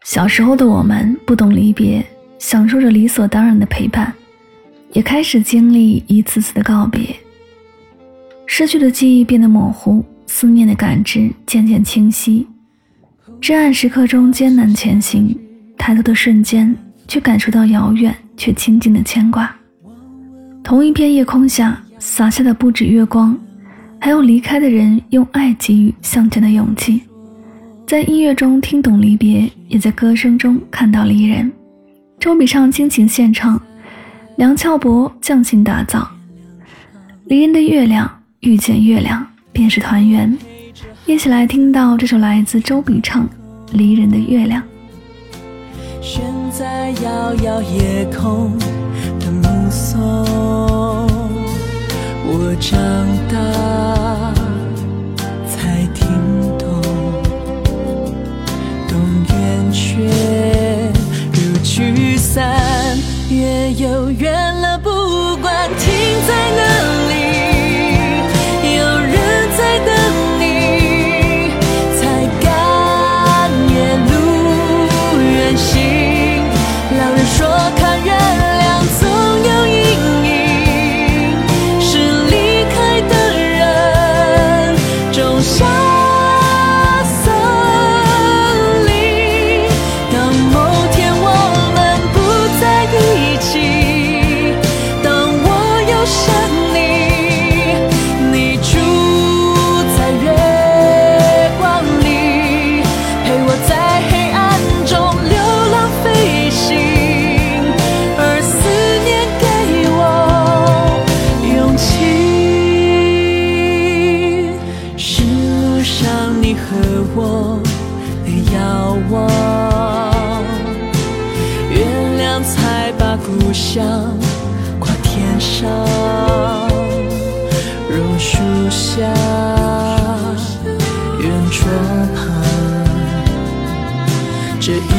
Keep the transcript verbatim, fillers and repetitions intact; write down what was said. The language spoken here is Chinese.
小时候的我们不懂离别，享受着理所当然的陪伴，也开始经历一次次的告别。失去的记忆变得模糊，思念的感知渐渐清晰。至暗时刻中艰难前行，抬头的瞬间却感受到遥远却亲近的牵挂。同一片夜空下洒下的不止月光，还有离开的人用爱给予向前的勇气。在音乐中听懂离别，也在歌声中看到离人。周笔畅倾情献唱，梁翘柏匠心打造。离人的月亮，遇见月亮便是团圆。一起来听到这首来自周笔畅《离人的月亮》。 悬在遥遥夜空的目送，我长大才听懂，东圆缺如聚散，月又圆了，不管停在哪里，有人在等你，才敢夜路远行。老人说看月亮总有阴影，是离开的人种下森林。当某天我们不在一起，当我又想你，你住在月光里，陪我在黑暗中流浪飞行，而思念给我勇气。是路上你和我的遥望，月亮才把故乡挂天上，榕树下圆桌旁，这一